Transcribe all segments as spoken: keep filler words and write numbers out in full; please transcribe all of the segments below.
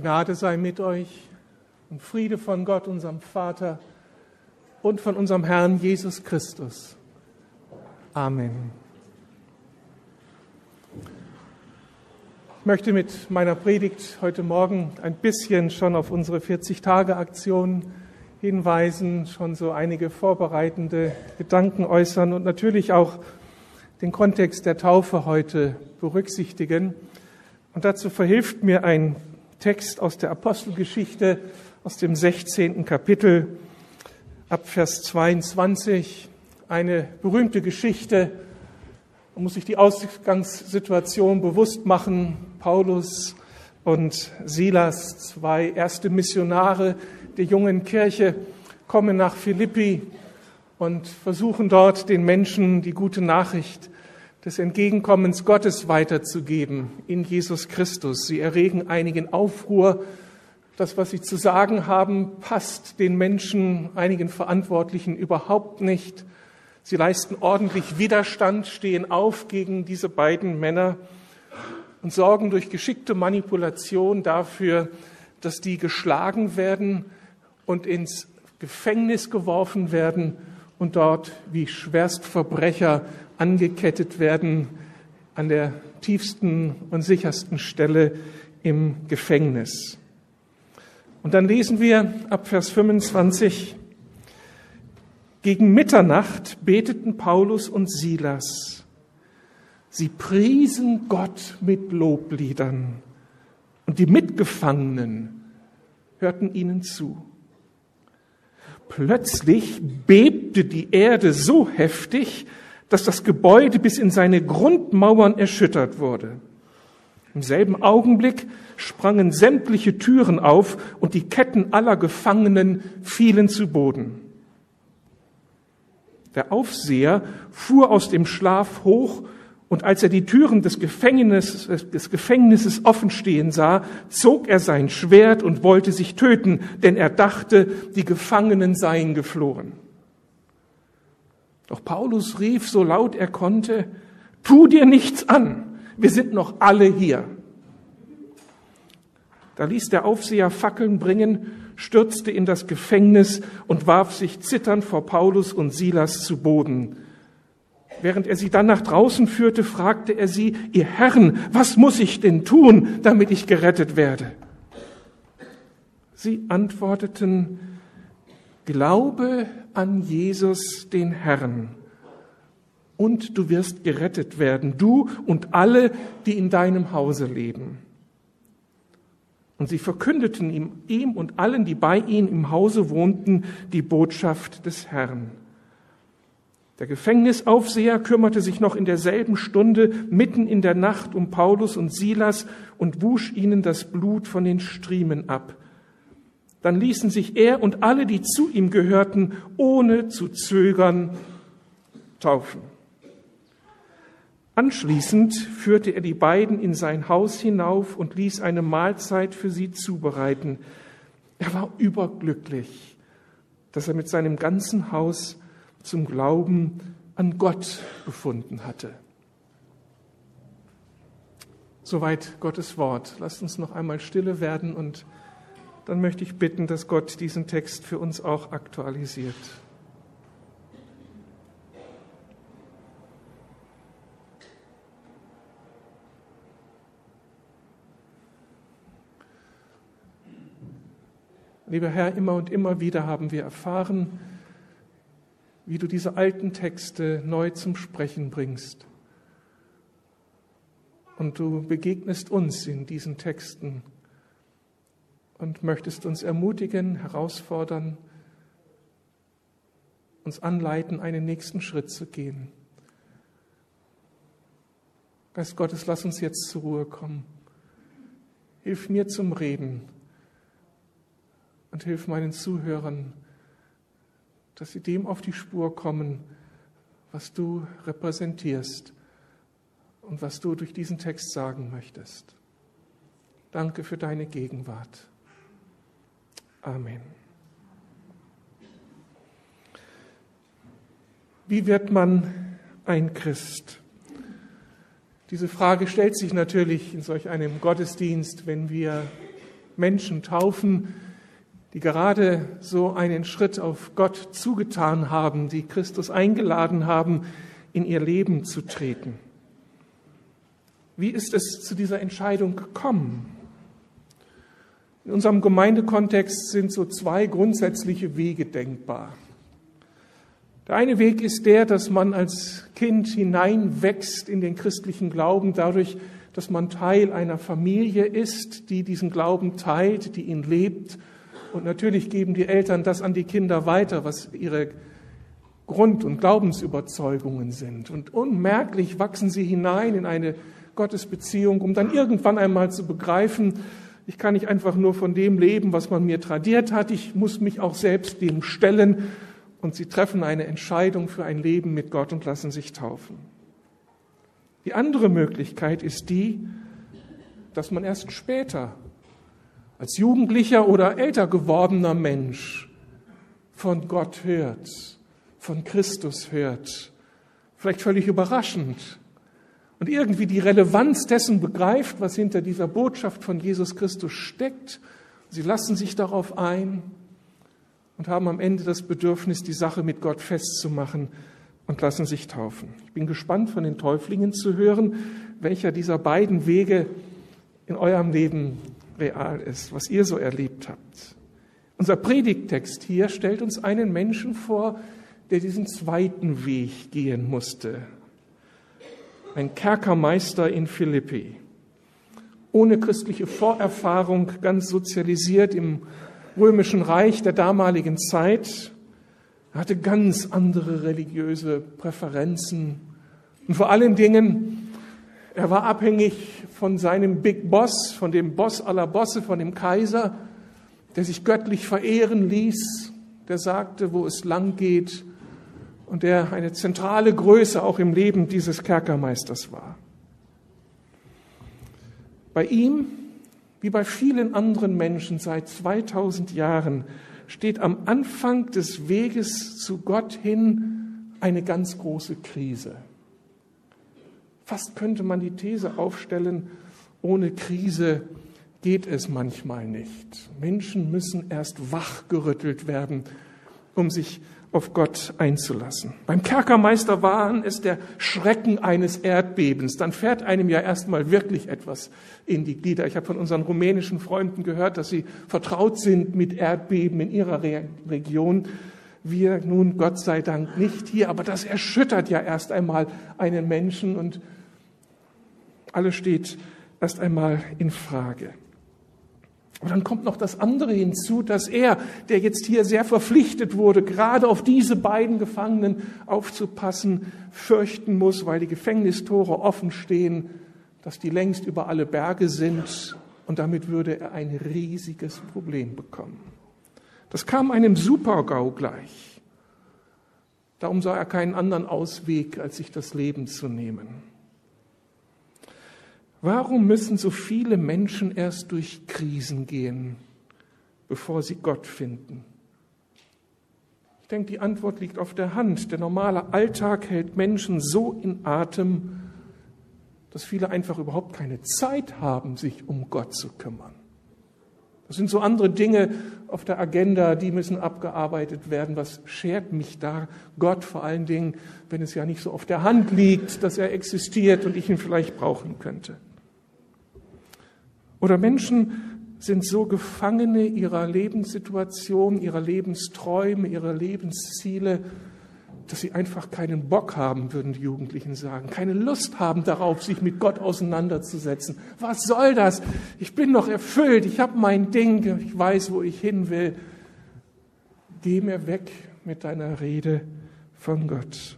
Gnade sei mit euch und Friede von Gott, unserem Vater und von unserem Herrn Jesus Christus. Amen. Ich möchte mit meiner Predigt heute Morgen ein bisschen schon auf unsere vierzig-Tage-Aktion hinweisen, schon so einige vorbereitende Gedanken äußern und natürlich auch den Kontext der Taufe heute berücksichtigen. Und dazu verhilft mir ein Text aus der Apostelgeschichte, aus dem sechzehnten Kapitel, ab Vers zweiundzwanzig, eine berühmte Geschichte. Man muss sich die Ausgangssituation bewusst machen. Paulus und Silas, zwei erste Missionare der jungen Kirche, kommen nach Philippi und versuchen dort den Menschen die gute Nachricht des Entgegenkommens Gottes weiterzugeben in Jesus Christus. Sie erregen einigen Aufruhr. Das, was sie zu sagen haben, passt den Menschen, einigen Verantwortlichen überhaupt nicht. Sie leisten ordentlich Widerstand, stehen auf gegen diese beiden Männer und sorgen durch geschickte Manipulation dafür, dass die geschlagen werden und ins Gefängnis geworfen werden und dort wie Schwerstverbrecher angekettet werden an der tiefsten und sichersten Stelle im Gefängnis. Und dann lesen wir ab Vers fünfundzwanzig: Gegen Mitternacht beteten Paulus und Silas. Sie priesen Gott mit Lobliedern, und die Mitgefangenen hörten ihnen zu. Plötzlich bebte die Erde so heftig, dass das Gebäude bis in seine Grundmauern erschüttert wurde. Im selben Augenblick sprangen sämtliche Türen auf und die Ketten aller Gefangenen fielen zu Boden. Der Aufseher fuhr aus dem Schlaf hoch, und als er die Türen des Gefängnisses, des Gefängnisses offen stehen sah, zog er sein Schwert und wollte sich töten, denn er dachte, die Gefangenen seien geflohen. Doch Paulus rief so laut er konnte: Tu dir nichts an, wir sind noch alle hier. Da ließ der Aufseher Fackeln bringen, stürzte in das Gefängnis und warf sich zitternd vor Paulus und Silas zu Boden. Während er sie dann nach draußen führte, fragte er sie: Ihr Herren, was muss ich denn tun, damit ich gerettet werde? Sie antworteten: Glaube an Jesus, den Herrn, und du wirst gerettet werden, du und alle, die in deinem Hause leben. Und sie verkündeten ihm, ihm und allen, die bei ihm im Hause wohnten, die Botschaft des Herrn. Der Gefängnisaufseher kümmerte sich noch in derselben Stunde mitten in der Nacht um Paulus und Silas und wusch ihnen das Blut von den Striemen ab. Dann ließen sich er und alle, die zu ihm gehörten, ohne zu zögern, taufen. Anschließend führte er die beiden in sein Haus hinauf und ließ eine Mahlzeit für sie zubereiten. Er war überglücklich, dass er mit seinem ganzen Haus zum Glauben an Gott gefunden hatte. Soweit Gottes Wort. Lasst uns noch einmal stille werden und dann möchte ich bitten, dass Gott diesen Text für uns auch aktualisiert. Lieber Herr, immer und immer wieder haben wir erfahren, wie du diese alten Texte neu zum Sprechen bringst. Und du begegnest uns in diesen Texten und möchtest uns ermutigen, herausfordern, uns anleiten, einen nächsten Schritt zu gehen. Geist Gottes, lass uns jetzt zur Ruhe kommen. Hilf mir zum Reden und hilf meinen Zuhörern, dass sie dem auf die Spur kommen, was du repräsentierst und was du durch diesen Text sagen möchtest. Danke für deine Gegenwart. Amen. Wie wird man ein Christ? Diese Frage stellt sich natürlich in solch einem Gottesdienst, wenn wir Menschen taufen, die gerade so einen Schritt auf Gott zugetan haben, die Christus eingeladen haben, in ihr Leben zu treten. Wie ist es zu dieser Entscheidung gekommen? In unserem Gemeindekontext sind so zwei grundsätzliche Wege denkbar. Der eine Weg ist der, dass man als Kind hineinwächst in den christlichen Glauben dadurch, dass man Teil einer Familie ist, die diesen Glauben teilt, die ihn lebt. Und natürlich geben die Eltern das an die Kinder weiter, was ihre Grund- und Glaubensüberzeugungen sind. Und unmerklich wachsen sie hinein in eine Gottesbeziehung, um dann irgendwann einmal zu begreifen, ich kann nicht einfach nur von dem leben, was man mir tradiert hat, ich muss mich auch selbst dem stellen. Und sie treffen eine Entscheidung für ein Leben mit Gott und lassen sich taufen. Die andere Möglichkeit ist die, dass man erst später, als jugendlicher oder älter gewordener Mensch, von Gott hört, von Christus hört, vielleicht völlig überraschend, und irgendwie die Relevanz dessen begreift, was hinter dieser Botschaft von Jesus Christus steckt. Sie lassen sich darauf ein und haben am Ende das Bedürfnis, die Sache mit Gott festzumachen und lassen sich taufen. Ich bin gespannt, von den Täuflingen zu hören, welcher dieser beiden Wege in eurem Leben real ist, was ihr so erlebt habt. Unser Predigttext hier stellt uns einen Menschen vor, der diesen zweiten Weg gehen musste. Ein Kerkermeister in Philippi, ohne christliche Vorerfahrung, ganz sozialisiert im römischen Reich der damaligen Zeit. Er hatte ganz andere religiöse Präferenzen. Und vor allen Dingen, er war abhängig von seinem Big Boss, von dem Boss aller Bosse, von dem Kaiser, der sich göttlich verehren ließ, der sagte, wo es lang geht, und der eine zentrale Größe auch im Leben dieses Kerkermeisters war. Bei ihm, wie bei vielen anderen Menschen seit zweitausend Jahren, steht am Anfang des Weges zu Gott hin eine ganz große Krise. Fast könnte man die These aufstellen, ohne Krise geht es manchmal nicht. Menschen müssen erst wachgerüttelt werden, um sich auf Gott einzulassen. Beim Kerkermeister waren es der Schrecken eines Erdbebens. Dann fährt einem ja erstmal wirklich etwas in die Glieder. Ich habe von unseren rumänischen Freunden gehört, dass sie vertraut sind mit Erdbeben in ihrer Re- Region. Wir nun Gott sei Dank nicht hier, aber das erschüttert ja erst einmal einen Menschen und alles steht erst einmal in Frage. Aber dann kommt noch das andere hinzu, dass er, der jetzt hier sehr verpflichtet wurde, gerade auf diese beiden Gefangenen aufzupassen, fürchten muss, weil die Gefängnistore offen stehen, dass die längst über alle Berge sind, und damit würde er ein riesiges Problem bekommen. Das kam einem Super-GAU gleich. Darum sah er keinen anderen Ausweg, als sich das Leben zu nehmen. Warum müssen so viele Menschen erst durch Krisen gehen, bevor sie Gott finden? Ich denke, die Antwort liegt auf der Hand. Der normale Alltag hält Menschen so in Atem, dass viele einfach überhaupt keine Zeit haben, sich um Gott zu kümmern. Das sind so andere Dinge auf der Agenda, die müssen abgearbeitet werden. Was schert mich da Gott vor allen Dingen, wenn es ja nicht so auf der Hand liegt, dass er existiert und ich ihn vielleicht brauchen könnte? Oder Menschen sind so Gefangene ihrer Lebenssituation, ihrer Lebensträume, ihrer Lebensziele, dass sie einfach keinen Bock haben, würden die Jugendlichen sagen, keine Lust haben darauf, sich mit Gott auseinanderzusetzen. Was soll das? Ich bin doch erfüllt, ich habe mein Ding, ich weiß, wo ich hin will. Geh mir weg mit deiner Rede von Gott.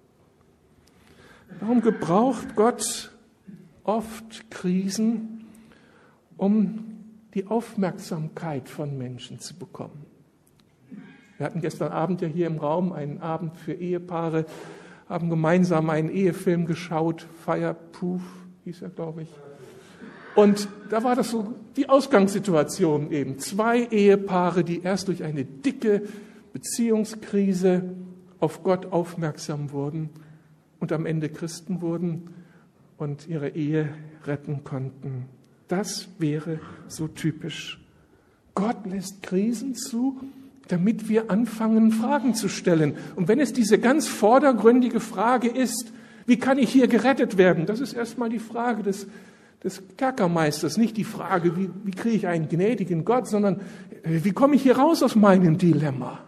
Warum gebraucht Gott oft Krisen, um die Aufmerksamkeit von Menschen zu bekommen? Wir hatten gestern Abend ja hier im Raum einen Abend für Ehepaare, haben gemeinsam einen Ehefilm geschaut, Fireproof hieß er, glaube ich. Und da war das so die Ausgangssituation eben. Zwei Ehepaare, die erst durch eine dicke Beziehungskrise auf Gott aufmerksam wurden und am Ende Christen wurden und ihre Ehe retten konnten. Das wäre so typisch Gott lässt Krisen zu, damit wir anfangen, Fragen zu stellen. Und wenn es diese ganz vordergründige Frage ist, wie kann ich hier gerettet werden? Das ist erstmal die Frage des, des Kerkermeisters, nicht die Frage, wie, wie kriege ich einen gnädigen Gott, sondern wie komme ich hier raus aus meinem Dilemma?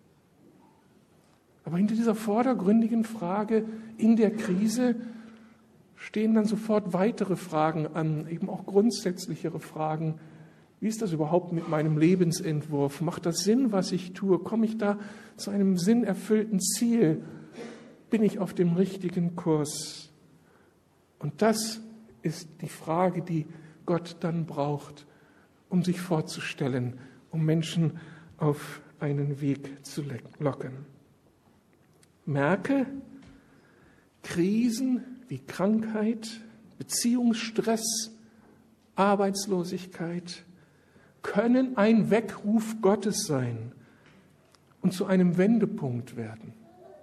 Aber hinter dieser vordergründigen Frage in der Krise stehen dann sofort weitere Fragen an, eben auch grundsätzlichere Fragen. Wie ist das überhaupt mit meinem Lebensentwurf? Macht das Sinn, was ich tue? Komme ich da zu einem sinnerfüllten Ziel? Bin ich auf dem richtigen Kurs? Und das ist die Frage, die Gott dann braucht, um sich vorzustellen, um Menschen auf einen Weg zu locken. Merke, Krisen wie Krankheit, Beziehungsstress, Arbeitslosigkeit können ein Weckruf Gottes sein und zu einem Wendepunkt werden.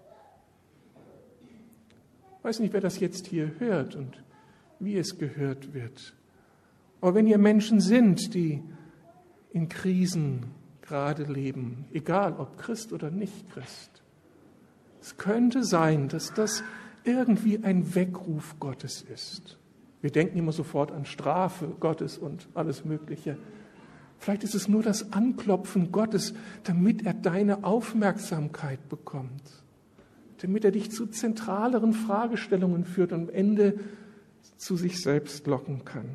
Ich weiß nicht, wer das jetzt hier hört und wie es gehört wird. Aber wenn ihr Menschen sind, die in Krisen gerade leben, egal ob Christ oder nicht Christ, es könnte sein, dass das irgendwie ein Weckruf Gottes ist. Wir denken immer sofort an Strafe Gottes und alles Mögliche. Vielleicht ist es nur das Anklopfen Gottes, damit er deine Aufmerksamkeit bekommt, damit er dich zu zentraleren Fragestellungen führt und am Ende zu sich selbst locken kann.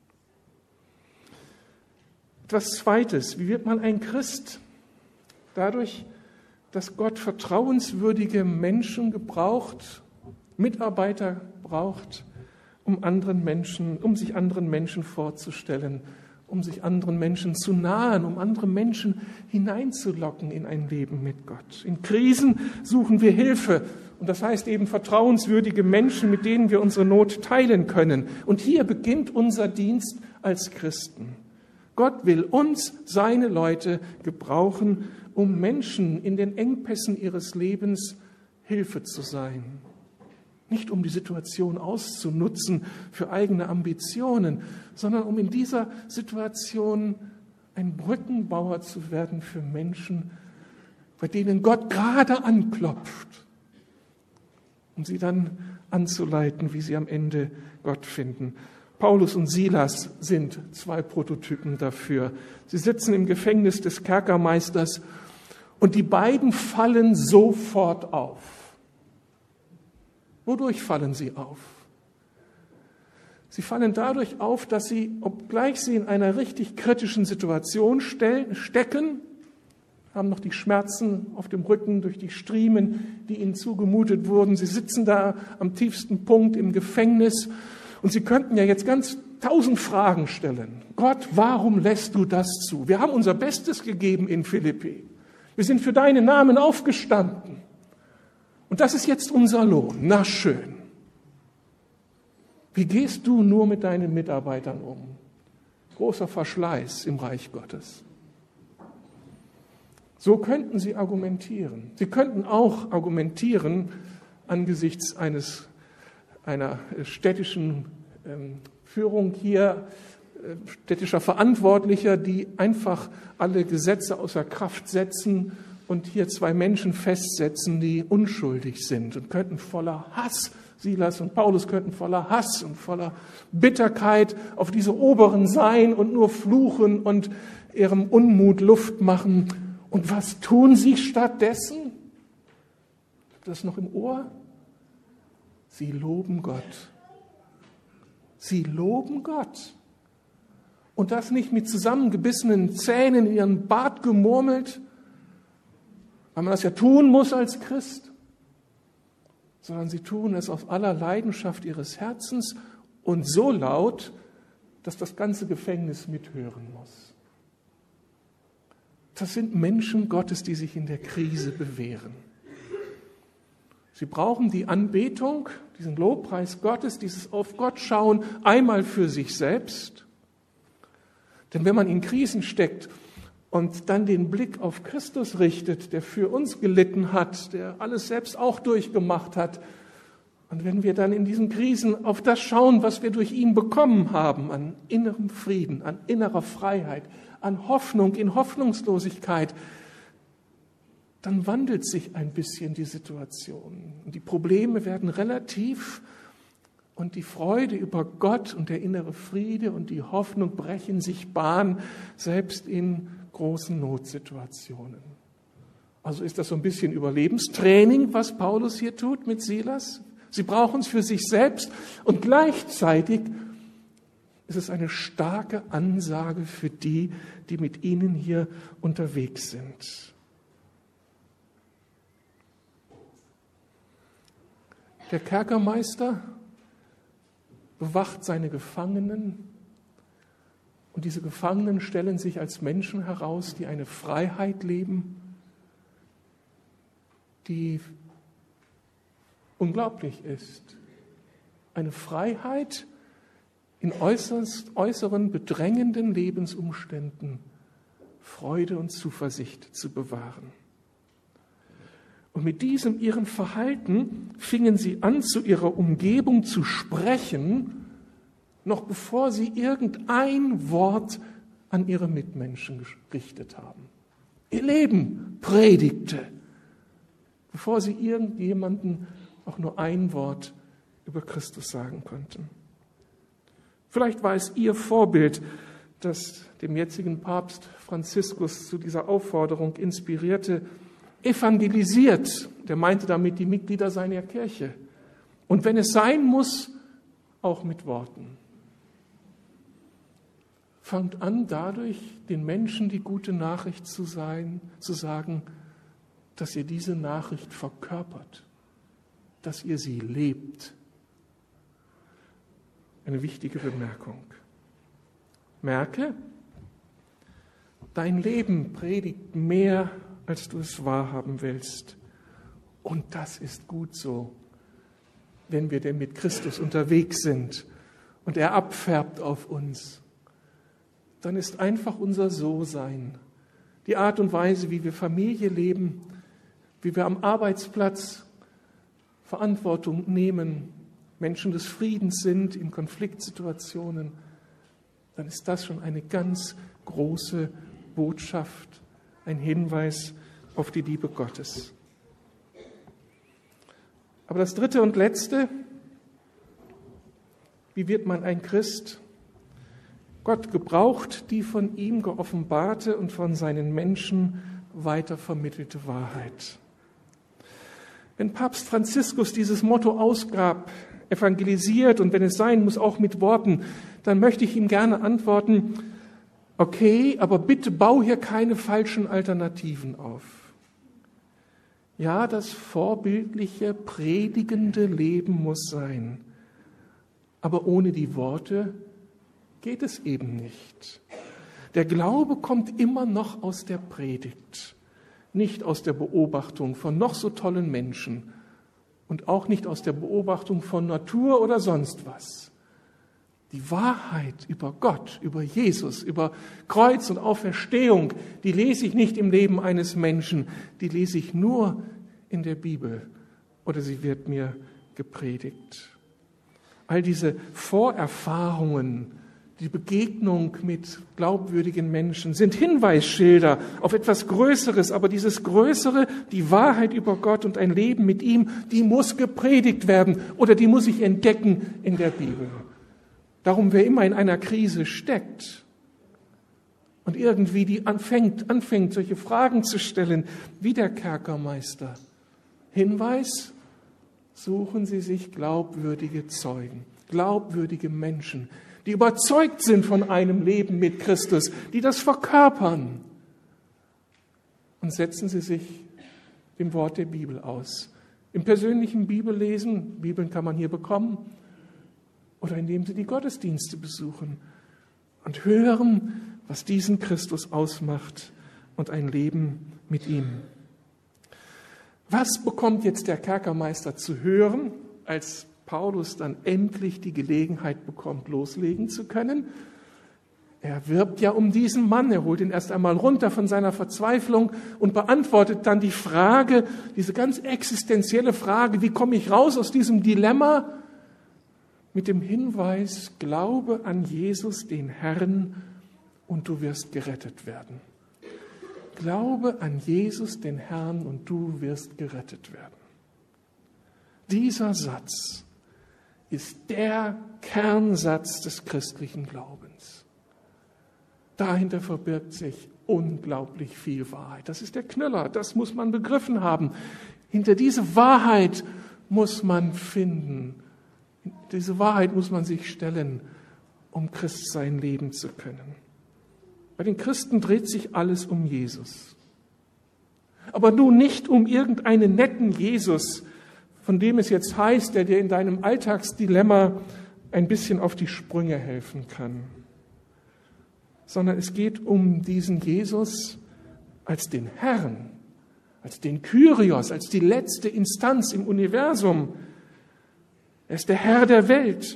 Etwas Zweites, wie wird man ein Christ? Dadurch, dass Gott vertrauenswürdige Menschen gebraucht, Mitarbeiter braucht, um anderen Menschen, um sich anderen Menschen vorzustellen, um sich anderen Menschen zu nahen, um andere Menschen hineinzulocken in ein Leben mit Gott. In Krisen suchen wir Hilfe. Und das heißt eben vertrauenswürdige Menschen, mit denen wir unsere Not teilen können. Und hier beginnt unser Dienst als Christen. Gott will uns, seine Leute, gebrauchen, um Menschen in den Engpässen ihres Lebens Hilfe zu sein. Nicht um die Situation auszunutzen für eigene Ambitionen, sondern um in dieser Situation ein Brückenbauer zu werden für Menschen, bei denen Gott gerade anklopft, um sie dann anzuleiten, wie sie am Ende Gott finden. Paulus und Silas sind zwei Prototypen dafür. Sie sitzen im Gefängnis des Kerkermeisters und die beiden fallen sofort auf. Wodurch fallen sie auf? Sie fallen dadurch auf, dass sie, obgleich sie in einer richtig kritischen Situation stecken, haben noch die Schmerzen auf dem Rücken durch die Striemen, die ihnen zugemutet wurden. Sie sitzen da am tiefsten Punkt im Gefängnis und sie könnten ja jetzt ganz tausend Fragen stellen. Gott, warum lässt du das zu? Wir haben unser Bestes gegeben in Philippi. Wir sind für deinen Namen aufgestanden. Und das ist jetzt unser Lohn. Na schön. Wie gehst du nur mit deinen Mitarbeitern um? Großer Verschleiß im Reich Gottes. So könnten sie argumentieren. Sie könnten auch argumentieren angesichts eines, einer städtischen ähm, Führung hier, äh, städtischer Verantwortlicher, die einfach alle Gesetze außer Kraft setzen und hier zwei Menschen festsetzen, die unschuldig sind und könnten voller Hass, Silas und Paulus könnten voller Hass und voller Bitterkeit auf diese Oberen sein und nur fluchen und ihrem Unmut Luft machen. Und was tun sie stattdessen? Habt ihr das noch im Ohr? Sie loben Gott. Sie loben Gott. Und das nicht mit zusammengebissenen Zähnen in ihren Bart gemurmelt, weil man das ja tun muss als Christ, sondern sie tun es aus aller Leidenschaft ihres Herzens und so laut, dass das ganze Gefängnis mithören muss. Das sind Menschen Gottes, die sich in der Krise bewähren. Sie brauchen die Anbetung, diesen Lobpreis Gottes, dieses auf Gott schauen, einmal für sich selbst. Denn wenn man in Krisen steckt und dann den Blick auf Christus richtet, der für uns gelitten hat, der alles selbst auch durchgemacht hat, Und wenn wir dann in diesen Krisen auf das schauen, was wir durch ihn bekommen haben, an innerem Frieden, an innerer Freiheit, an Hoffnung in Hoffnungslosigkeit, dann wandelt sich ein bisschen die Situation. Und die Probleme werden relativ und die Freude über Gott und der innere Friede und die Hoffnung brechen sich Bahn, selbst in großen Notsituationen. Also ist das so ein bisschen Überlebenstraining, was Paulus hier tut mit Silas. Sie brauchen es für sich selbst und gleichzeitig ist es eine starke Ansage für die, die mit ihnen hier unterwegs sind. Der Kerkermeister bewacht seine Gefangenen und diese Gefangenen stellen sich als Menschen heraus, die eine Freiheit leben, die unglaublich ist. Eine Freiheit in äußerst, äußeren bedrängenden Lebensumständen Freude und Zuversicht zu bewahren. Und mit diesem ihrem Verhalten fingen sie an, zu ihrer Umgebung zu sprechen, noch bevor sie irgendein Wort an ihre Mitmenschen gerichtet haben. Ihr Leben predigte, bevor sie irgendjemanden auch nur ein Wort über Christus sagen konnten. Vielleicht war es ihr Vorbild, das dem jetzigen Papst Franziskus zu dieser Aufforderung inspirierte, evangelisiert, der meinte damit die Mitglieder seiner Kirche. Und wenn es sein muss, auch mit Worten. Fangt an, dadurch den Menschen die gute Nachricht zu sein, zu sagen, dass ihr diese Nachricht verkörpert, dass ihr sie lebt. Eine wichtige Bemerkung. Merke, dein Leben predigt mehr, als du es wahrhaben willst. Und das ist gut so, wenn wir denn mit Christus unterwegs sind und er abfärbt auf uns. Dann ist einfach unser So-Sein, die Art und Weise, wie wir Familie leben, wie wir am Arbeitsplatz Verantwortung nehmen, Menschen des Friedens sind in Konfliktsituationen, dann ist das schon eine ganz große Botschaft, ein Hinweis auf die Liebe Gottes. Aber das Dritte und Letzte, wie wird man ein Christ? Gott gebraucht die von ihm geoffenbarte und von seinen Menschen weitervermittelte Wahrheit. Wenn Papst Franziskus dieses Motto ausgab, evangelisiert und wenn es sein muss, auch mit Worten, dann möchte ich ihm gerne antworten, okay, aber bitte bau hier keine falschen Alternativen auf. Ja, das vorbildliche, predigende Leben muss sein, aber ohne die Worte geht es eben nicht. Der Glaube kommt immer noch aus der Predigt, nicht aus der Beobachtung von noch so tollen Menschen und auch nicht aus der Beobachtung von Natur oder sonst was. Die Wahrheit über Gott, über Jesus, über Kreuz und Auferstehung, die lese ich nicht im Leben eines Menschen, die lese ich nur in der Bibel oder sie wird mir gepredigt. All diese Vorerfahrungen, die Begegnung mit glaubwürdigen Menschen sind Hinweisschilder auf etwas Größeres, aber dieses Größere, die Wahrheit über Gott und ein Leben mit ihm, die muss gepredigt werden oder die muss ich entdecken in der Bibel. Darum, wer immer in einer Krise steckt und irgendwie die anfängt, anfängt, solche Fragen zu stellen, wie der Kerkermeister. Hinweis, suchen Sie sich glaubwürdige Zeugen, glaubwürdige Menschen, die überzeugt sind von einem Leben mit Christus, die das verkörpern. Und setzen Sie sich dem Wort der Bibel aus. Im persönlichen Bibellesen, Bibeln kann man hier bekommen, oder indem Sie die Gottesdienste besuchen und hören, was diesen Christus ausmacht und ein Leben mit ihm. Was bekommt jetzt der Kerkermeister zu hören, als Paulus dann endlich die Gelegenheit bekommt, loslegen zu können? Er wirbt ja um diesen Mann, er holt ihn erst einmal runter von seiner Verzweiflung und beantwortet dann die Frage, diese ganz existenzielle Frage, wie komme ich raus aus diesem Dilemma? Mit dem Hinweis, glaube an Jesus, den Herrn, und du wirst gerettet werden. Glaube an Jesus, den Herrn, und du wirst gerettet werden. Dieser Satz ist der Kernsatz des christlichen Glaubens. Dahinter verbirgt sich unglaublich viel Wahrheit. Das ist der Knüller, das muss man begriffen haben. Hinter diese Wahrheit muss man finden. Diese Wahrheit muss man sich stellen, um Christsein leben zu können. Bei den Christen dreht sich alles um Jesus. Aber nun nicht um irgendeinen netten Jesus, von dem es jetzt heißt, der dir in deinem Alltagsdilemma ein bisschen auf die Sprünge helfen kann. Sondern es geht um diesen Jesus als den Herrn, als den Kyrios, als die letzte Instanz im Universum. Er ist der Herr der Welt.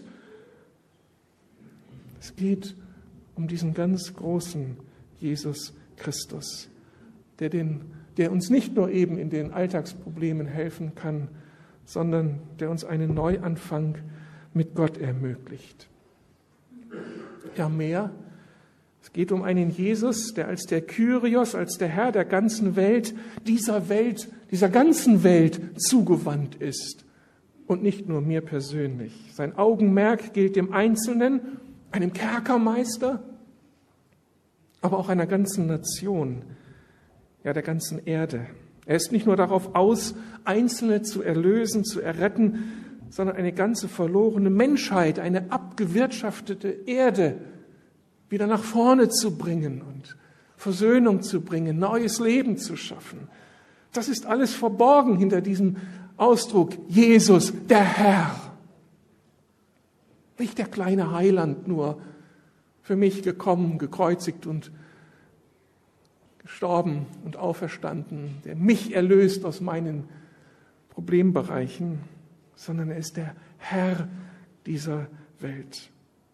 Es geht um diesen ganz großen Jesus Christus, der, den, der uns nicht nur eben in den Alltagsproblemen helfen kann, sondern der uns einen Neuanfang mit Gott ermöglicht. Ja, mehr. Es geht um einen Jesus, der als der Kyrios, als der Herr der ganzen Welt, dieser Welt, dieser ganzen Welt zugewandt ist. Und nicht nur mir persönlich. Sein Augenmerk gilt dem Einzelnen, einem Kerkermeister, aber auch einer ganzen Nation, ja der ganzen Erde. Er ist nicht nur darauf aus, Einzelne zu erlösen, zu erretten, sondern eine ganze verlorene Menschheit, eine abgewirtschaftete Erde wieder nach vorne zu bringen und Versöhnung zu bringen, neues Leben zu schaffen. Das ist alles verborgen hinter diesem Ausdruck Jesus, der Herr. Nicht der kleine Heiland nur, für mich gekommen, gekreuzigt und gestorben und auferstanden, der mich erlöst aus meinen Problembereichen, sondern er ist der Herr dieser Welt.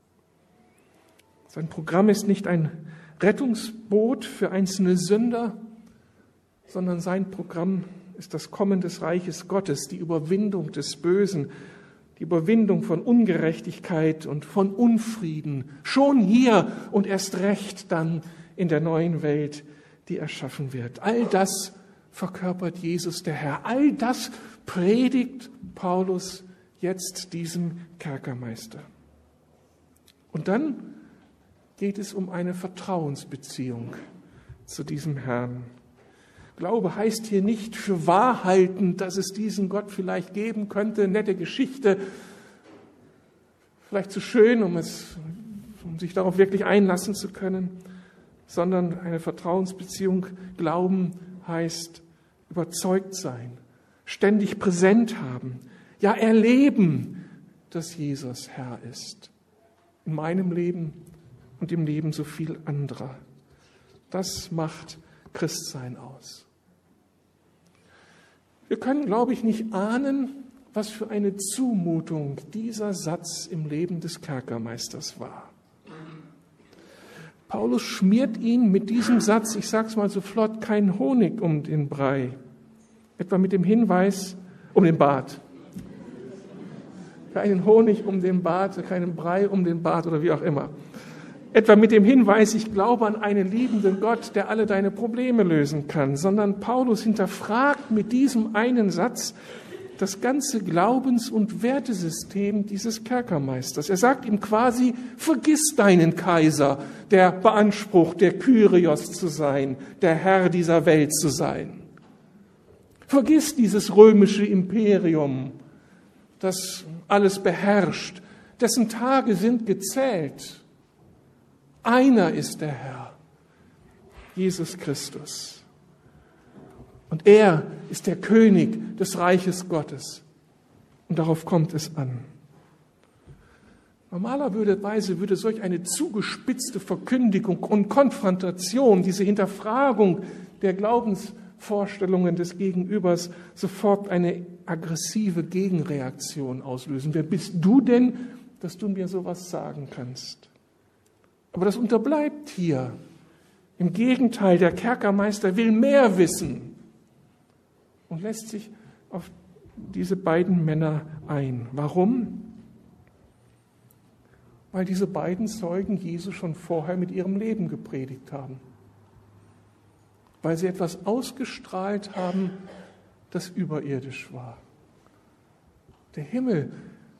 Sein Programm ist nicht ein Rettungsboot für einzelne Sünder, sondern sein Programm ist das Kommen des Reiches Gottes, die Überwindung des Bösen, die Überwindung von Ungerechtigkeit und von Unfrieden, schon hier und erst recht dann in der neuen Welt, die erschaffen wird. All das verkörpert Jesus der Herr. All das predigt Paulus jetzt diesem Kerkermeister. Und dann geht es um eine Vertrauensbeziehung zu diesem Herrn. Glaube heißt hier nicht für wahr halten, dass es diesen Gott vielleicht geben könnte, nette Geschichte, vielleicht zu schön, um es, um sich darauf wirklich einlassen zu können, sondern eine Vertrauensbeziehung. Glauben heißt überzeugt sein, ständig präsent haben, ja erleben, dass Jesus Herr ist. In meinem Leben und im Leben so viel anderer. Das macht Christsein aus. Wir können, glaube ich, nicht ahnen, was für eine Zumutung dieser Satz im Leben des Kerkermeisters war. Paulus schmiert ihn mit diesem Satz, ich sage es mal so flott, kein Honig um den Brei. Etwa mit dem Hinweis, um den Bart. Keinen Honig um den Bart, keinen Brei um den Bart oder wie auch immer. Etwa mit dem Hinweis, ich glaube an einen liebenden Gott, der alle deine Probleme lösen kann, sondern Paulus hinterfragt mit diesem einen Satz das ganze Glaubens- und Wertesystem dieses Kerkermeisters. Er sagt ihm quasi, vergiss deinen Kaiser, der beansprucht, der Kyrios zu sein, der Herr dieser Welt zu sein. Vergiss dieses römische Imperium, das alles beherrscht, dessen Tage sind gezählt. Einer ist der Herr, Jesus Christus. Und er ist der König des Reiches Gottes. Und darauf kommt es an. Normalerweise würde solch eine zugespitzte Verkündigung und Konfrontation, diese Hinterfragung der Glaubensvorstellungen des Gegenübers sofort eine aggressive Gegenreaktion auslösen. Wer bist du denn, dass du mir sowas sagen kannst? Aber das unterbleibt hier. Im Gegenteil, der Kerkermeister will mehr wissen und lässt sich auf diese beiden Männer ein. Warum? Weil diese beiden Zeugen Jesus schon vorher mit ihrem Leben gepredigt haben. Weil sie etwas ausgestrahlt haben, das überirdisch war. Der Himmel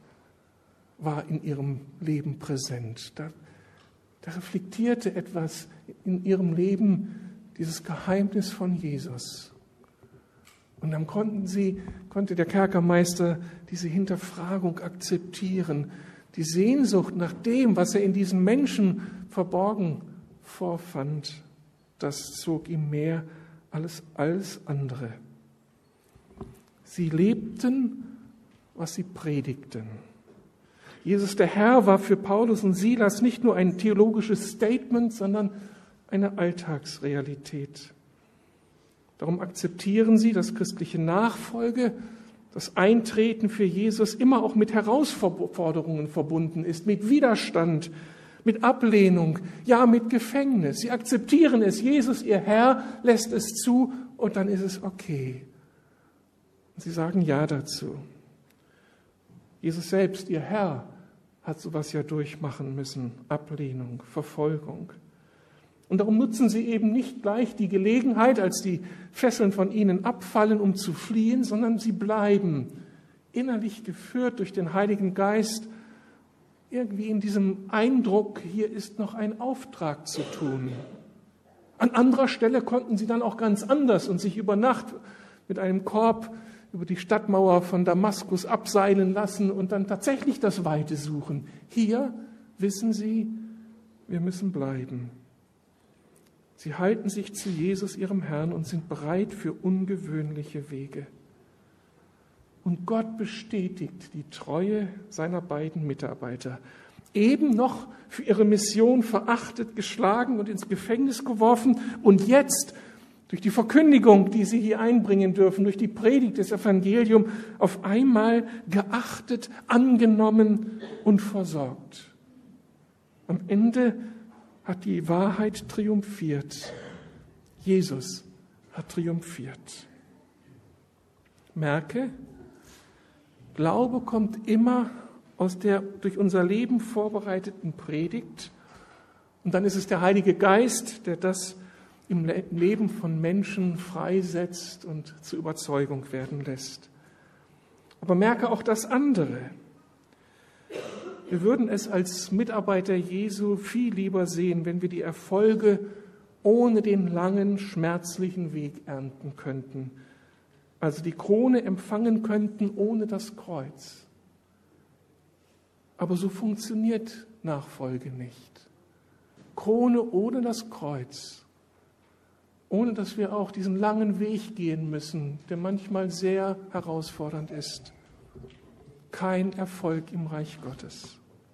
war in ihrem Leben präsent. Da, da reflektierte etwas in ihrem Leben, dieses Geheimnis von Jesus. Und dann konnten sie, konnte der Kerkermeister diese Hinterfragung akzeptieren. Die Sehnsucht nach dem, was er in diesen Menschen verborgen vorfand, das zog ihm mehr als alles andere. Sie lebten, was sie predigten. Jesus der Herr war für Paulus und Silas nicht nur ein theologisches Statement, sondern eine Alltagsrealität. Darum akzeptieren sie, dass christliche Nachfolge, das Eintreten für Jesus immer auch mit Herausforderungen verbunden ist, mit Widerstand, mit Ablehnung, ja mit Gefängnis. Sie akzeptieren es, Jesus, ihr Herr, lässt es zu und dann ist es okay. Und sie sagen Ja dazu. Jesus selbst, ihr Herr, hat sowas ja durchmachen müssen. Ablehnung, Verfolgung. Und darum nutzen sie eben nicht gleich die Gelegenheit, als die Fesseln von ihnen abfallen, um zu fliehen, sondern sie bleiben innerlich geführt durch den Heiligen Geist, irgendwie in diesem Eindruck, hier ist noch ein Auftrag zu tun. An anderer Stelle konnten sie dann auch ganz anders und sich über Nacht mit einem Korb über die Stadtmauer von Damaskus abseilen lassen und dann tatsächlich das Weite suchen. Hier wissen sie, wir müssen bleiben. Sie halten sich zu Jesus, ihrem Herrn, und sind bereit für ungewöhnliche Wege. Und Gott bestätigt die Treue seiner beiden Mitarbeiter. Eben noch für ihre Mission verachtet, geschlagen und ins Gefängnis geworfen und jetzt durch die Verkündigung, die sie hier einbringen dürfen, durch die Predigt des Evangeliums, auf einmal geachtet, angenommen und versorgt. Am Ende hat die Wahrheit triumphiert. Jesus hat triumphiert. Merke, Glaube kommt immer aus der durch unser Leben vorbereiteten Predigt. Und dann ist es der Heilige Geist, der das im Leben von Menschen freisetzt und zur Überzeugung werden lässt. Aber merke auch das andere. Wir würden es als Mitarbeiter Jesu viel lieber sehen, wenn wir die Erfolge ohne den langen, schmerzlichen Weg ernten könnten. Also die Krone empfangen könnten ohne das Kreuz. Aber so funktioniert Nachfolge nicht. Krone ohne das Kreuz. Ohne dass wir auch diesen langen Weg gehen müssen, der manchmal sehr herausfordernd ist. Kein Erfolg im Reich Gottes.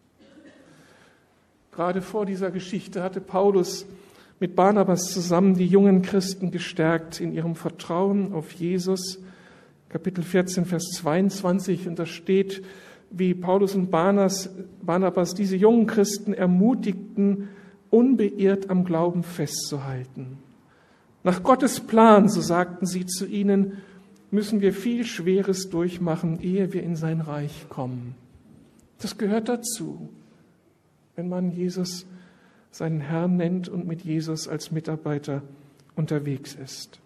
Gerade vor dieser Geschichte hatte Paulus mit Barnabas zusammen die jungen Christen gestärkt in ihrem Vertrauen auf Jesus. Kapitel vierzehn, Vers zweiundzwanzig, und da steht, wie Paulus und Barnabas diese jungen Christen ermutigten, unbeirrt am Glauben festzuhalten. Nach Gottes Plan, so sagten sie zu ihnen, müssen wir viel Schweres durchmachen, ehe wir in sein Reich kommen. Das gehört dazu, wenn man Jesus seinen Herrn nennt und mit Jesus als Mitarbeiter unterwegs ist.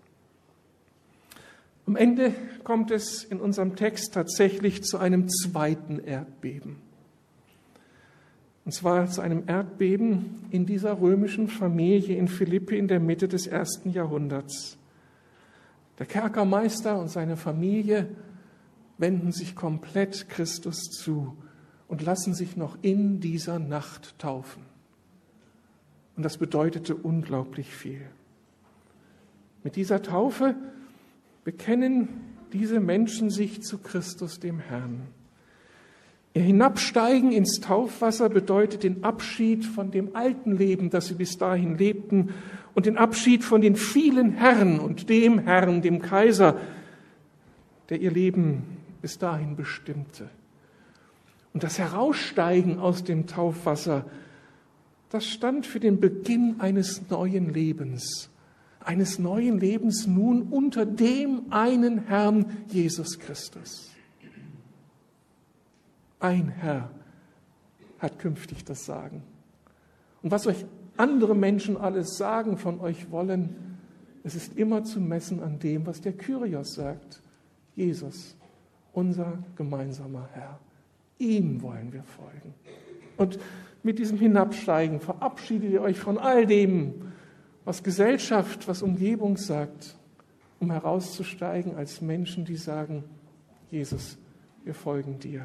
Am Ende kommt es in unserem Text tatsächlich zu einem zweiten Erdbeben. Und zwar zu einem Erdbeben in dieser römischen Familie in Philippi in der Mitte des ersten Jahrhunderts. Der Kerkermeister und seine Familie wenden sich komplett Christus zu und lassen sich noch in dieser Nacht taufen. Und das bedeutete unglaublich viel. Mit dieser Taufe bekennen diese Menschen sich zu Christus, dem Herrn. Ihr Hinabsteigen ins Taufwasser bedeutet den Abschied von dem alten Leben, das sie bis dahin lebten, und den Abschied von den vielen Herren und dem Herrn, dem Kaiser, der ihr Leben bis dahin bestimmte. Und das Heraussteigen aus dem Taufwasser das stand für den Beginn eines neuen Lebens. Eines neuen Lebens nun unter dem einen Herrn Jesus Christus. Ein Herr hat künftig das Sagen. Und was euch andere Menschen alles sagen, von euch wollen, es ist immer zu messen an dem, was der Kyrios sagt. Jesus, unser gemeinsamer Herr. Ihm wollen wir folgen. Und mit diesem Hinabsteigen verabschiedet ihr euch von all dem, was Gesellschaft, was Umgebung sagt, um herauszusteigen als Menschen, die sagen, Jesus, wir folgen dir.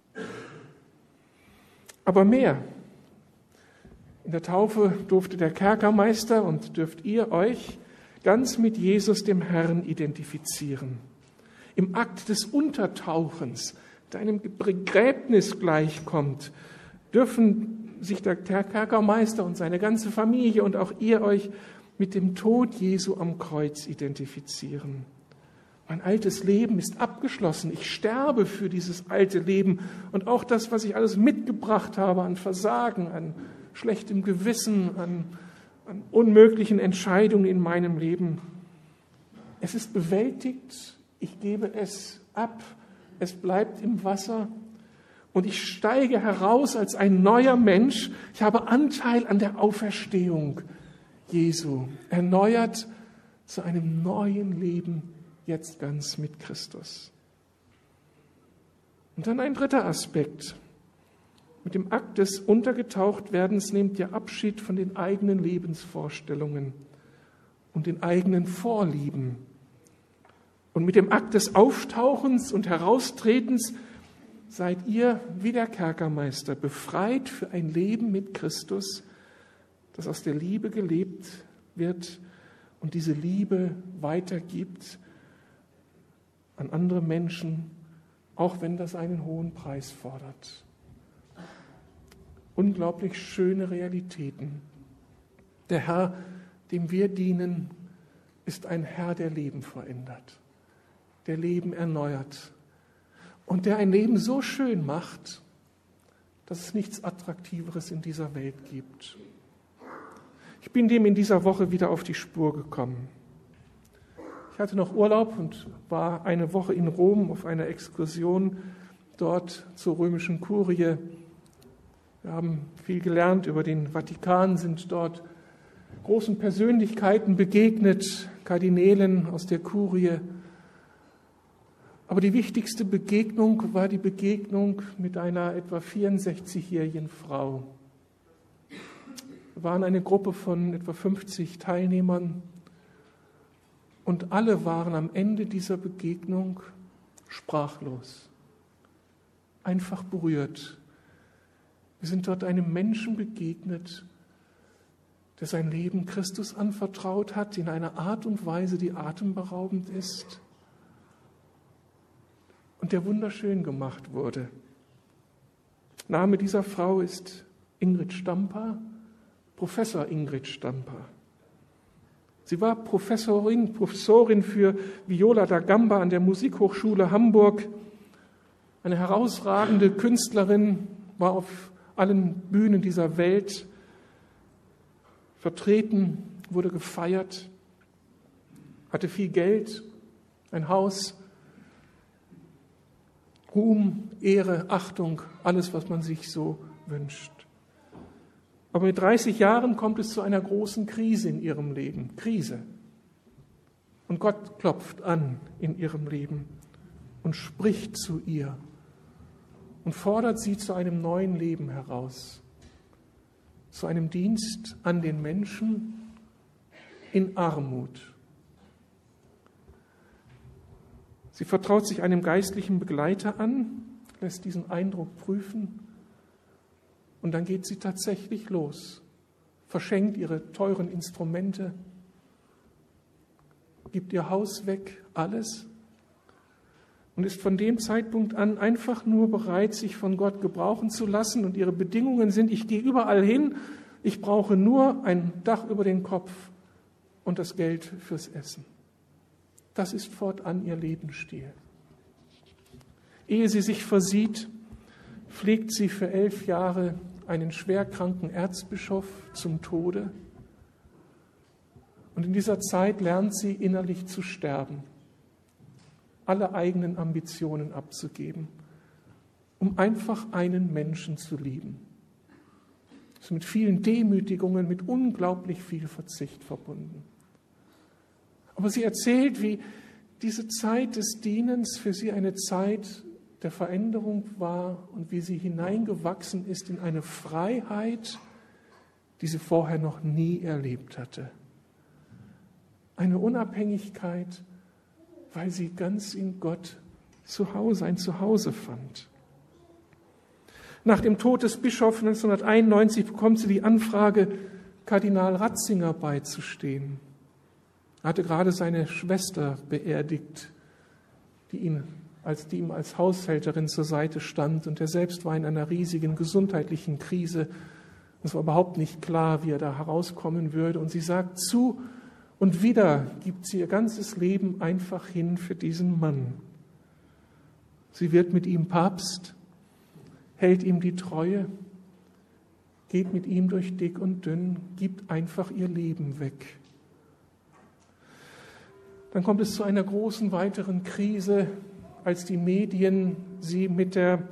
Aber mehr. In der Taufe durfte der Kerkermeister und dürft ihr euch ganz mit Jesus, dem Herrn, identifizieren. Im Akt des Untertauchens, der einem Begräbnis gleichkommt, dürfen sich der Kerkermeister und seine ganze Familie und auch ihr euch mit dem Tod Jesu am Kreuz identifizieren. Mein altes Leben ist abgeschlossen. Ich sterbe für dieses alte Leben und auch das, was ich alles mitgebracht habe an Versagen, an schlechtem Gewissen, an, an unmöglichen Entscheidungen in meinem Leben. Es ist bewältigt. Ich gebe es ab. Es bleibt im Wasser. Und ich steige heraus als ein neuer Mensch. Ich habe Anteil an der Auferstehung Jesu, erneuert zu einem neuen Leben, jetzt ganz mit Christus. Und dann ein dritter Aspekt. Mit dem Akt des Untergetauchtwerdens nehmt ihr Abschied von den eigenen Lebensvorstellungen und den eigenen Vorlieben. Und mit dem Akt des Auftauchens und Heraustretens seid ihr, wie der Kerkermeister, befreit für ein Leben mit Christus, das aus der Liebe gelebt wird und diese Liebe weitergibt an andere Menschen, auch wenn das einen hohen Preis fordert. Unglaublich schöne Realitäten. Der Herr, dem wir dienen, ist ein Herr, der Leben verändert, der Leben erneuert. Und der ein Leben so schön macht, dass es nichts Attraktiveres in dieser Welt gibt. Ich bin dem in dieser Woche wieder auf die Spur gekommen. Ich hatte noch Urlaub und war eine Woche in Rom auf einer Exkursion dort zur römischen Kurie. Wir haben viel gelernt über den Vatikan, sind dort großen Persönlichkeiten begegnet, Kardinälen aus der Kurie. Aber die wichtigste Begegnung war die Begegnung mit einer etwa vierundsechzigjährigen Frau. Wir waren eine Gruppe von etwa fünfzig Teilnehmern und alle waren am Ende dieser Begegnung sprachlos, einfach berührt. Wir sind dort einem Menschen begegnet, der sein Leben Christus anvertraut hat, in einer Art und Weise, die atemberaubend ist und der wunderschön gemacht wurde. Name dieser Frau ist Ingrid Stamper, Professor Ingrid Stamper. Sie war Professorin, Professorin für Viola da Gamba an der Musikhochschule Hamburg, eine herausragende Künstlerin, war auf allen Bühnen dieser Welt vertreten, wurde gefeiert, hatte viel Geld, ein Haus, Ruhm, Ehre, Achtung, alles, was man sich so wünscht. Aber mit dreißig Jahren kommt es zu einer großen Krise in ihrem Leben. Krise. Und Gott klopft an in ihrem Leben und spricht zu ihr und fordert sie zu einem neuen Leben heraus, zu einem Dienst an den Menschen in Armut. Sie vertraut sich einem geistlichen Begleiter an, lässt diesen Eindruck prüfen und dann geht sie tatsächlich los, verschenkt ihre teuren Instrumente, gibt ihr Haus weg, alles und ist von dem Zeitpunkt an einfach nur bereit, sich von Gott gebrauchen zu lassen. Und ihre Bedingungen sind, ich gehe überall hin, ich brauche nur ein Dach über den Kopf und das Geld fürs Essen. Das ist fortan ihr Lebensstil. Ehe sie sich versieht, pflegt sie für elf Jahre einen schwerkranken Erzbischof zum Tode. Und in dieser Zeit lernt sie innerlich zu sterben, alle eigenen Ambitionen abzugeben, um einfach einen Menschen zu lieben. Das ist mit vielen Demütigungen, mit unglaublich viel Verzicht verbunden. Aber sie erzählt, wie diese Zeit des Dienens für sie eine Zeit der Veränderung war und wie sie hineingewachsen ist in eine Freiheit, die sie vorher noch nie erlebt hatte. Eine Unabhängigkeit, weil sie ganz in Gott zu Hause, ein Zuhause fand. Nach dem Tod des Bischofs neunzehnhunderteinundneunzig bekommt sie die Anfrage, Kardinal Ratzinger beizustehen. Er hatte gerade seine Schwester beerdigt, die, ihn als, die ihm als Haushälterin zur Seite stand, und er selbst war in einer riesigen gesundheitlichen Krise. Es war überhaupt nicht klar, wie er da herauskommen würde. Und sie sagt zu, und wieder gibt sie ihr ganzes Leben einfach hin für diesen Mann. Sie wird mit ihm Papst, hält ihm die Treue, geht mit ihm durch dick und dünn, gibt einfach ihr Leben weg. Dann kommt es zu einer großen weiteren Krise, als die Medien sie mit der,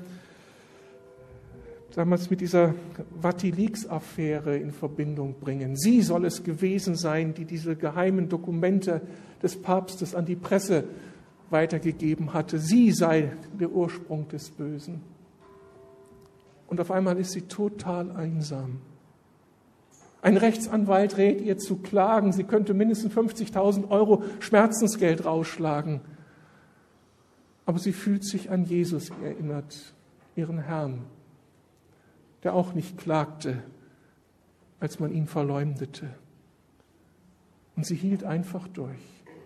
damals mit dieser WikiLeaks-Affäre in Verbindung bringen. Sie soll es gewesen sein, die diese geheimen Dokumente des Papstes an die Presse weitergegeben hatte. Sie sei der Ursprung des Bösen. Und auf einmal ist sie total einsam. Ein Rechtsanwalt rät ihr zu klagen. Sie könnte mindestens fünfzigtausend Euro Schmerzensgeld rausschlagen. Aber sie fühlt sich an Jesus erinnert, ihren Herrn, der auch nicht klagte, als man ihn verleumdete. Und sie hielt einfach durch.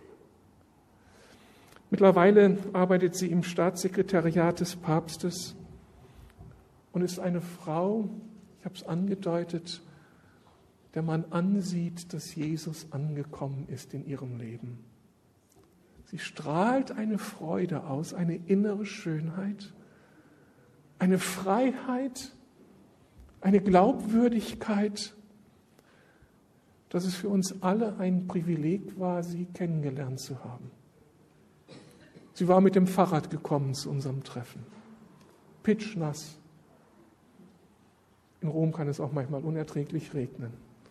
Mittlerweile arbeitet sie im Staatssekretariat des Papstes und ist eine Frau, ich habe es angedeutet, der man ansieht, dass Jesus angekommen ist in ihrem Leben. Sie strahlt eine Freude aus, eine innere Schönheit, eine Freiheit, eine Glaubwürdigkeit, dass es für uns alle ein Privileg war, sie kennengelernt zu haben. Sie war mit dem Fahrrad gekommen zu unserem Treffen, pitschnass. In Rom kann es auch manchmal unerträglich regnen.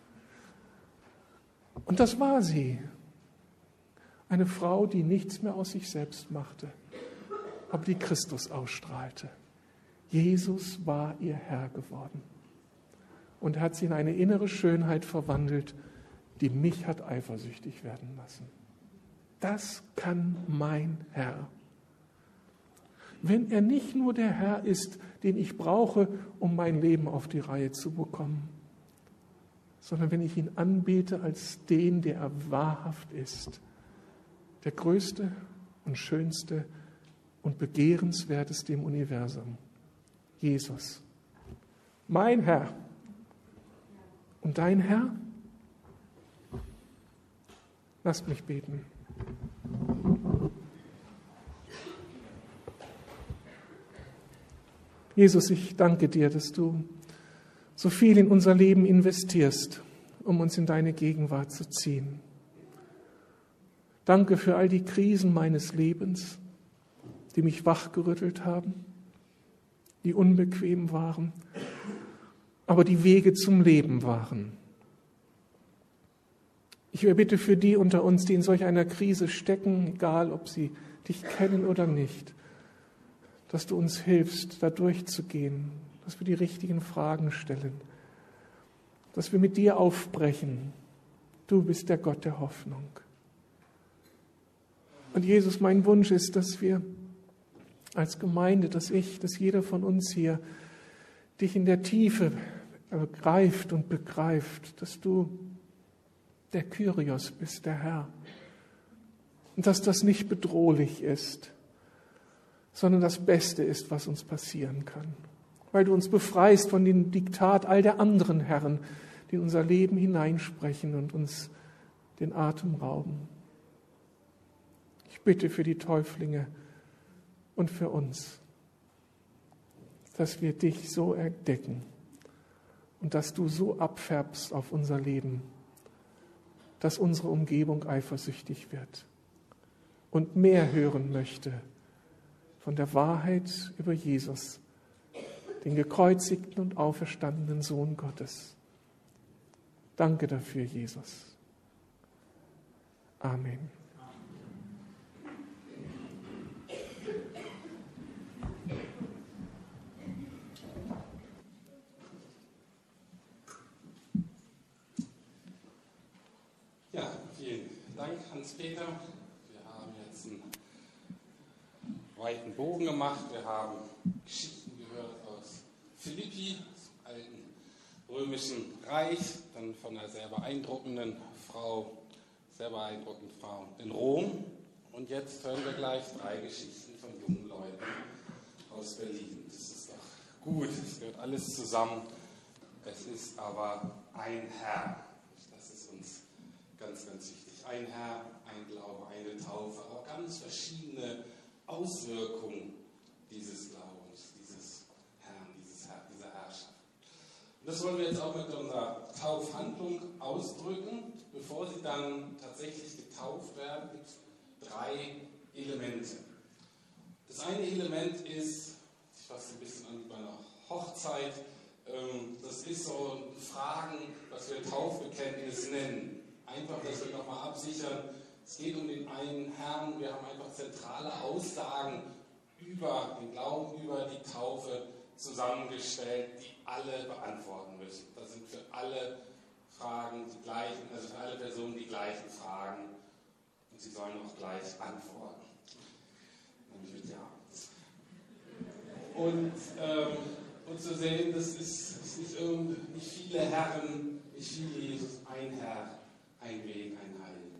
Und das war sie. Eine Frau, die nichts mehr aus sich selbst machte, aber die Christus ausstrahlte. Jesus war ihr Herr geworden und hat sie in eine innere Schönheit verwandelt, die mich hat eifersüchtig werden lassen. Das kann mein Herr. Wenn er nicht nur der Herr ist, den ich brauche, um mein Leben auf die Reihe zu bekommen, sondern wenn ich ihn anbete als den, der er wahrhaft ist, der größte und schönste und begehrenswerteste im Universum, Jesus, mein Herr. Und dein Herr? Lasst mich beten. Jesus, ich danke dir, dass du so viel in unser Leben investierst, um uns in deine Gegenwart zu ziehen. Danke für all die Krisen meines Lebens, die mich wachgerüttelt haben, die unbequem waren, aber die Wege zum Leben waren. Ich bitte für die unter uns, die in solch einer Krise stecken, egal ob sie dich kennen oder nicht, dass du uns hilfst, da durchzugehen, dass wir die richtigen Fragen stellen, dass wir mit dir aufbrechen. Du bist der Gott der Hoffnung. Und Jesus, mein Wunsch ist, dass wir als Gemeinde, dass ich, dass jeder von uns hier dich in der Tiefe begreift und begreift, dass du der Kyrios bist, der Herr. Und dass das nicht bedrohlich ist, sondern das Beste ist, was uns passieren kann. Weil du uns befreist von dem Diktat all der anderen Herren, die in unser Leben hineinsprechen und uns den Atem rauben. Ich bitte für die Täuflinge und für uns, dass wir dich so entdecken, und dass du so abfärbst auf unser Leben, dass unsere Umgebung eifersüchtig wird und mehr hören möchte von der Wahrheit über Jesus, den gekreuzigten und auferstandenen Sohn Gottes. Danke dafür, Jesus. Amen. Ja, vielen Dank, Hans-Peter. Wir haben jetzt einen weiten Bogen gemacht. Wir haben Geschichten gehört aus Philippi, dem alten römischen Reich, dann von einer sehr beeindruckenden Frau, sehr beeindruckenden Frau in Rom. Und jetzt hören wir gleich drei Geschichten von jungen Leuten aus Berlin. Das ist doch gut, es gehört alles zusammen. Es ist aber ein Herr. Das ist uns ganz, ganz wichtig. Ein Herr, ein Glaube, eine Taufe, aber ganz verschiedene Auswirkungen dieses Glaubens, dieses Herrn, dieses Herr, dieser Herrschaft. Und das wollen wir jetzt auch mit unserer Taufhandlung ausdrücken. Bevor sie dann tatsächlich getauft werden, gibt es drei Elemente. Das eine Element ist, ich fasse ein bisschen an wie bei einer Hochzeit, das ist so ein Fragen, was wir Taufbekenntnis nennen. Einfach, dass wir nochmal absichern, es geht um den einen Herrn, wir haben einfach zentrale Aussagen über den Glauben, über die Taufe zusammengestellt, die alle beantworten müssen. Das sind für alle Fragen die gleichen, also für alle Personen die gleichen Fragen und sie sollen auch gleich antworten. Nämlich mit Ja. Und, ähm, und zu sehen, das ist, ist nicht, nicht viele Herren, nicht viele Jesus, ein Herr, ein Weg, ein Heil.